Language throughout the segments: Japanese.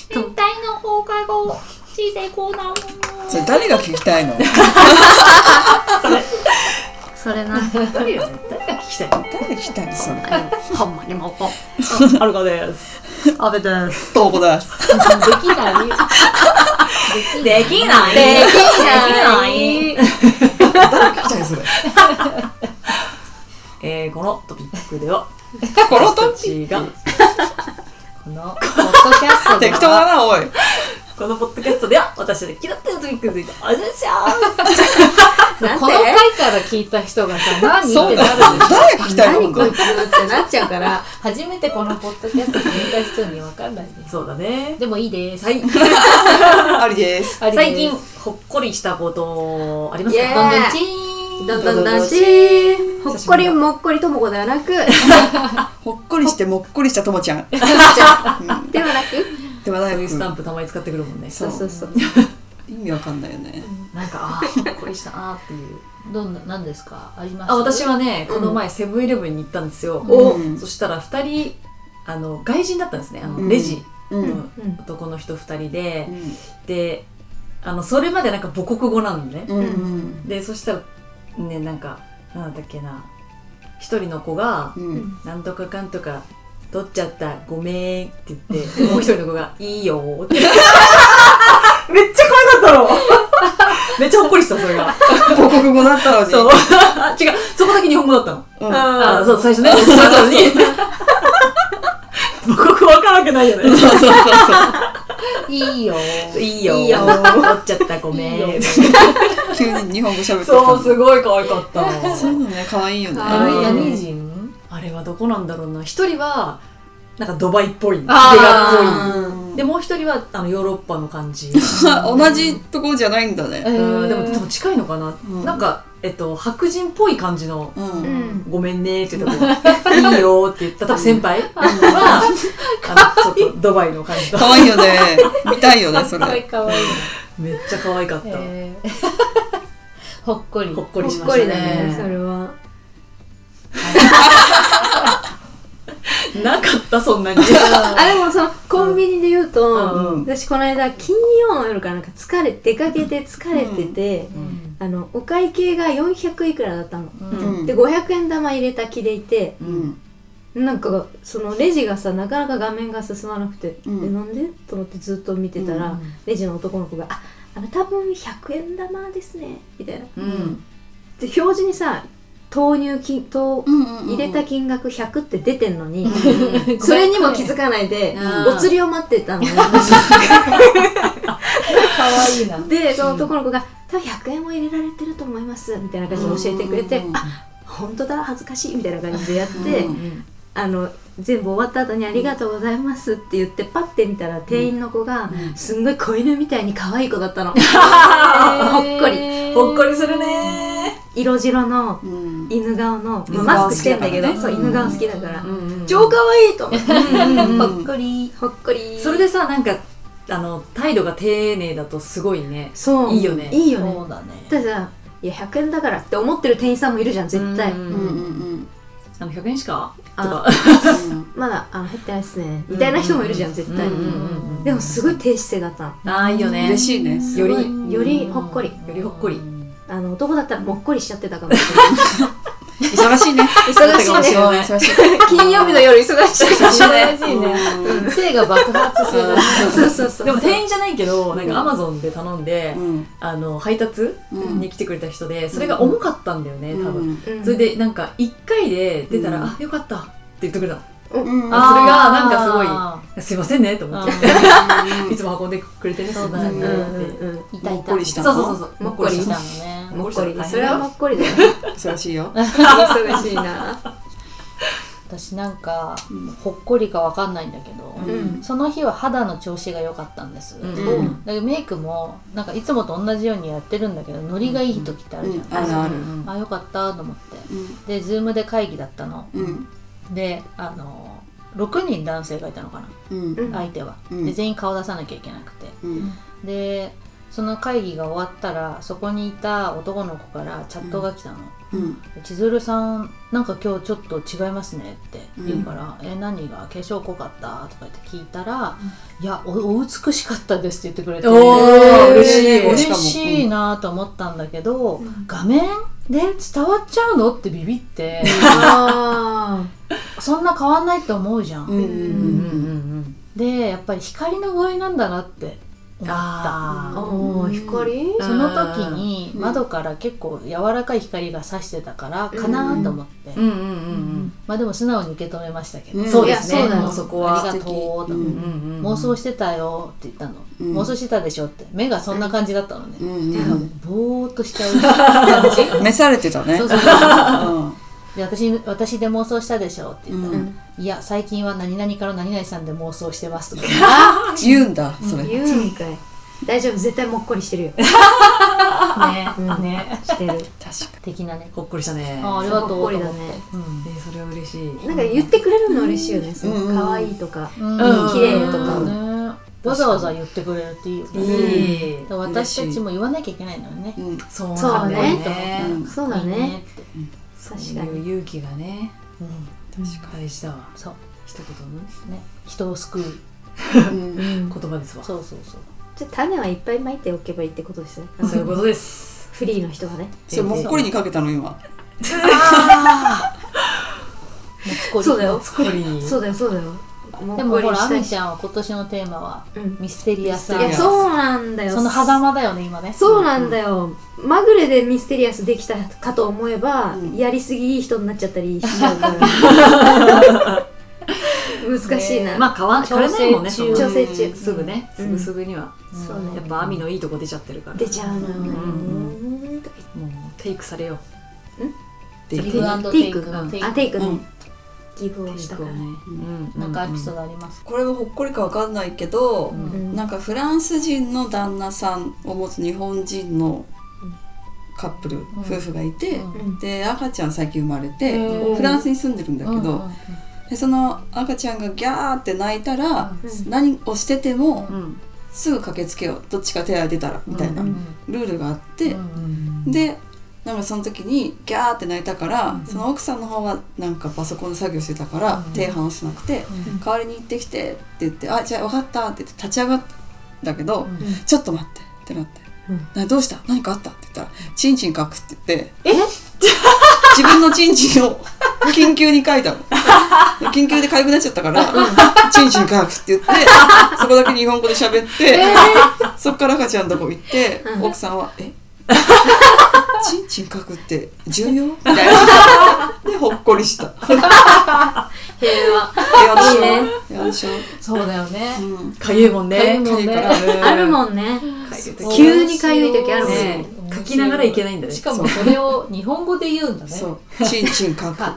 変態の放課後小さいコーナーもそれ誰が聞きたいの？ それな誰が聞きたいの？ 誰が聞きたいの？それほんまにもうアルカです阿部ですトーコですできないできない誰が聞きたいそれこのトピックではこのト私がこのポッドキャストで適当だなおいこのポッドキャストでは私の気になっているトピックについてお話ししゃこの回から聞いた人がさ何ってなるんでしょ。 誰が聞きたいの？ 何こいつってなっちゃうから初めてこのポッドキャスト聞いた人に分かんないです。 そうだね。 でもいいです。 はいありです。 最近ほっこりしたことありますか？ どんどんチーンどんどんだしほっこりもっこりともこではなくほっこりしてもっこりしたともちゃんではなくではなくそういうスタンプたまに使ってくるもんね。 そうそう意味わかんないよね。 なんかほっこりしたなっていう。 何ですか？あります？ 私はねこの前セブンイレブンに行ったんですよ。そしたら2人外人だったんですね。レジの男の人2人で、でそれまでなんか母国語なのね。でそしたらねなんかなんだっけな一人の子がなんとかかんとか取っちゃったごめんって言ってもう一人の子がいいよってめっちゃ可愛かったの。めっちゃほっこりしたそれが。 母国語だったのに。 そう違うそこだけ日本語だったの。そう最初ね。母国語わからなくないよね。 いいよいいよ取っちゃったごめん。 急に日本語喋ってた。 そうすごい可愛かった。 そういうのね可愛いよね。 何人？ あれはどこなんだろうな。一人はなんかドバイっぽい、ヒゲがっぽい。でもう一人はヨーロッパの感じ。 同じところじゃないんだね。 でも多分近いのかな。なんか白人っぽい感じのごめんねって言った子いいよって言った多分先輩はちょっとドバイの感じの。 可愛いよね。見たいよねそれ。 可愛い。 めっちゃ可愛かった。 ほっこりほっこりしましたね。 それはなかったそんなに。 でもそのコンビニで言うと、私この間金曜の夜からなんか出かけて疲れてて、お会計が400いくらだったの、で500円玉入れた気でいて、なんかそのレジがさなかなか画面が進まなくて、なんでと思ってずっと見てたら、レジの男の子が多分100円玉ですねみたいな、で表示にさ入れた金額100って出てんのにそれにも気づかないでお釣りを待ってたのね。 可愛いな。 でその男の子が多分100円も入れられてると思いますみたいな感じで教えてくれて、本当だ恥ずかしいみたいな感じでやって、全部終わった後にありがとうございますって言ってパッて見たら店員の子がすんごい子犬みたいに可愛い子だったの。ほっこりほっこりするね。 色白の犬顔の、マスクしてんだけど、そう犬顔好きだから超可愛いと思って。 ほっこりほっこり。 それでさなんか態度が丁寧だとすごいね。 そういいよね。 いいよね。 そうだね。 ただいや100円だからって思ってる店員さんもいるじゃん絶対。 100円しかとかまだ減ってないっすねみたいな人もいるじゃん絶対。でもすごい低姿勢だったの。 いいよね。 嬉しいね。 よりほっこり。 よりほっこり。 男だったらもっこりしちゃってたかもしれない。 忙しいね。 忙しいね。 忙しい。 金曜日の夜忙しい。 忙しいね。性が爆発する。 そうでも店員じゃないけどなんかアマゾンで頼んで配達に来てくれた人でそれが重かったんだよね多分。それでなんか1回で出たらよかったって言ってくれたの。それがなんかすごいすいませんねと思っていつも運んでくれてね。 そうだね。 いたいた。 そうもっこりしたのね。 もっこり。それはもっこりだよ。 忙しいよ。 忙しいな。 私なんかほっこりかわかんないんだけど、その日は肌の調子が良かったんです。だけどメイクもなんかいつもと同じようにやってるんだけどノリがいい時ってあるじゃん。よかったと思って、でズームで会議だったの。で6人男性がいたのかな、相手は。で全員顔出さなきゃいけなくて、でその会議が終わったらそこにいた男の子からチャットが来たの。千鶴さんなんか今日ちょっと違いますねって言うから、何が化粧濃かったとか言って聞いたら、いや お美しかったですって言ってくれて、嬉しいなと思ったんだけど、画面で伝わっちゃうのってビビってそんな変わんないって思うじゃん。でやっぱり光の具合なんだなって思った。 光？ その時に窓から結構柔らかい光が差してたからかなと思って、まあでも素直に受け止めましたけど、 そうですね、 もうそこはありがとうと、妄想してたよって言ったの、妄想してたでしょって、目がそんな感じだったのね、ぼーっとしちゃう感じ召されてたね。 そうそうそうで私で妄想したでしょって言ったら、いや最近は何々から何々さんで妄想してますとか言うんだそれ。 言うんかい。大丈夫、絶対もっこりしてるよ。 ねしてる。 確か的なね。 ほっこりしたね。 ありがとう。 ほっこりだね。 それは嬉しい。 なんか言ってくれるの嬉しいよね。可愛いとか綺麗とか。 わざわざ言ってくれるっていいよね。私たちも言わなきゃいけないのよね。 そうね。そうだね。 確かに勇気がね、大事だわ。 そう。 一言ね。人を救う言葉ですわ。 そうそうそう。 じゃあ種はいっぱいまいておけばいいってことですね。 そういうことです。 フリーの人がね。 それもっこりにかけたの今。 そうだよ。 そうだよそうだよ。 でもほらあみちゃんは今年のテーマはミステリアス。 いやそうなんだよ。 その狭間だよね今ね。 そうなんだよ。まぐれでミステリアスできたかと思えば、やりすぎいい人になっちゃったりしちゃうから。難しいな。 まあ変われないもんね。 調整中。 すぐね。すぐには。やっぱアミのいいとこ出ちゃってるから。 出ちゃうのよね。 もうテイクされよ。 ギブアンドテイク。 テイクね。ギブをしたからね。 なんかエピソードあります？ これはほっこりかわかんないけど、なんかフランス人の旦那さんを持つ日本人のカップル、夫婦がいて、で赤ちゃん最近生まれてフランスに住んでるんだけど、でその赤ちゃんがギャーって泣いたら、何をしててもすぐ駆けつけよう、どっちか手が出たらみたいなルールがあって、でなんかその時にギャーって泣いたから、その奥さんの方はなんかパソコンで作業してたから手離しなくて、代わりに行ってきてって言って、あじゃあ分かったって言って立ち上がったんだけど、ちょっと待ってってなって、どうした何かあったって言ったら、チンチン書くって言って、自分のチンチンを緊急に書いたの。緊急で痒くなっちゃったから、チンチン書くって言って、そこだけ日本語で喋って、そっから赤ちゃんのとこ行って、奥さんはチンチン書くって重要みたいなでほっこりした。 平和でしょ。 そうだよね。 かゆいもんね。 あるもんね。急にかゆい時あるもんね。 書きながらいけないんだね。 しかもそれを日本語で言うんだね。 そう。チンチン書く。く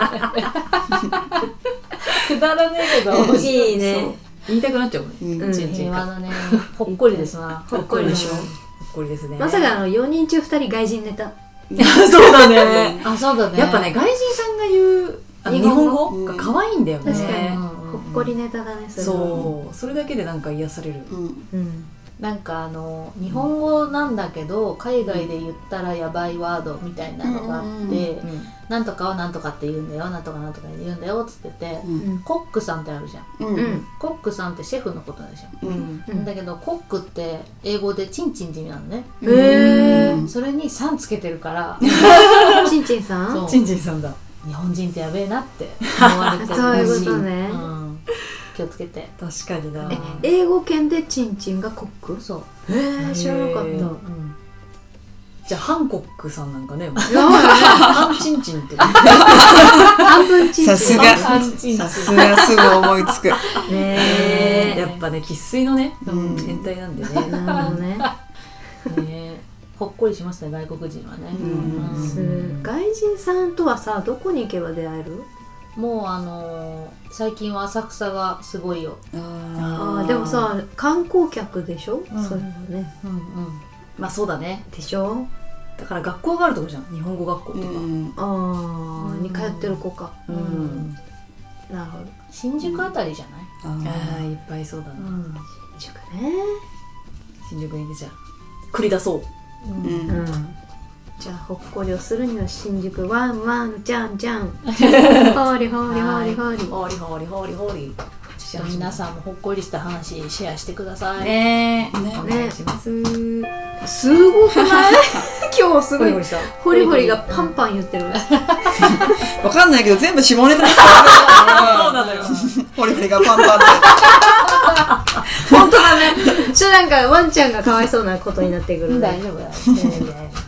だらねえけどいいね。 言いたくなっちゃうもんね。 平和だね。ほっこりですな。 ほっこりでしょ。 これですね。 まさか4人中2人外人ネタ。 そうだね。 あ、そうだね。 やっぱね、外人さんが言う日本語が可愛いんだよね。 確かに。ほっこりネタだね、それ。 そう。それだけでなんか癒される。 なんか日本語なんだけど海外で言ったらやばいワードみたいなのがあって、なんとかはなんとかって言うんだよ、なんとかなんとか言うんだよっつってて、コックさんってあるじゃん。コックさんってシェフのことでしょ。だけどコックって英語でチンチンって意味なのね。それにさんつけてるからチンチンさん？ チンチンさんだ。 日本人ってやべえなって思われてるらしい。 そういうことね。 気をつけて。 確かにな。 英語圏でチンチンがコック？ そう。 知らなかった。 じゃあハンコックさんなんかね。ハンチンチンって。 半分チンチン。 さすがすぐ思いつく。 やっぱね生粋のね変態なんでね。 なるほどね。 ほっこりしますね、外国人はね。 外人さんとはさ、どこに行けば出会える？ もう最近は浅草がすごいよ。 でもさ、観光客でしょ？そういうのね。 まあそうだね。 でしょ？ だから学校があるとこじゃん、日本語学校とか。 に通ってる子か。なるほど。 新宿あたりじゃない？ いっぱいそうだな。 新宿ね。 新宿に出ちゃう。 繰り出そう。 じゃあほっこりをするには新宿ワンワンじゃんじゃんほーりほーりほーりほーりほーりほーりほーりほーり。 皆さんもほっこりした話シェアしてくださいね。お願いします。 すごくない？今日すごいホリホリがパンパン言ってる。 わかんないけど全部下ネタですそうなのよ。 ホリホリがパンパンって本当だね。なんかワンちゃんがかわいそうなことになってくる。 大丈夫だよ。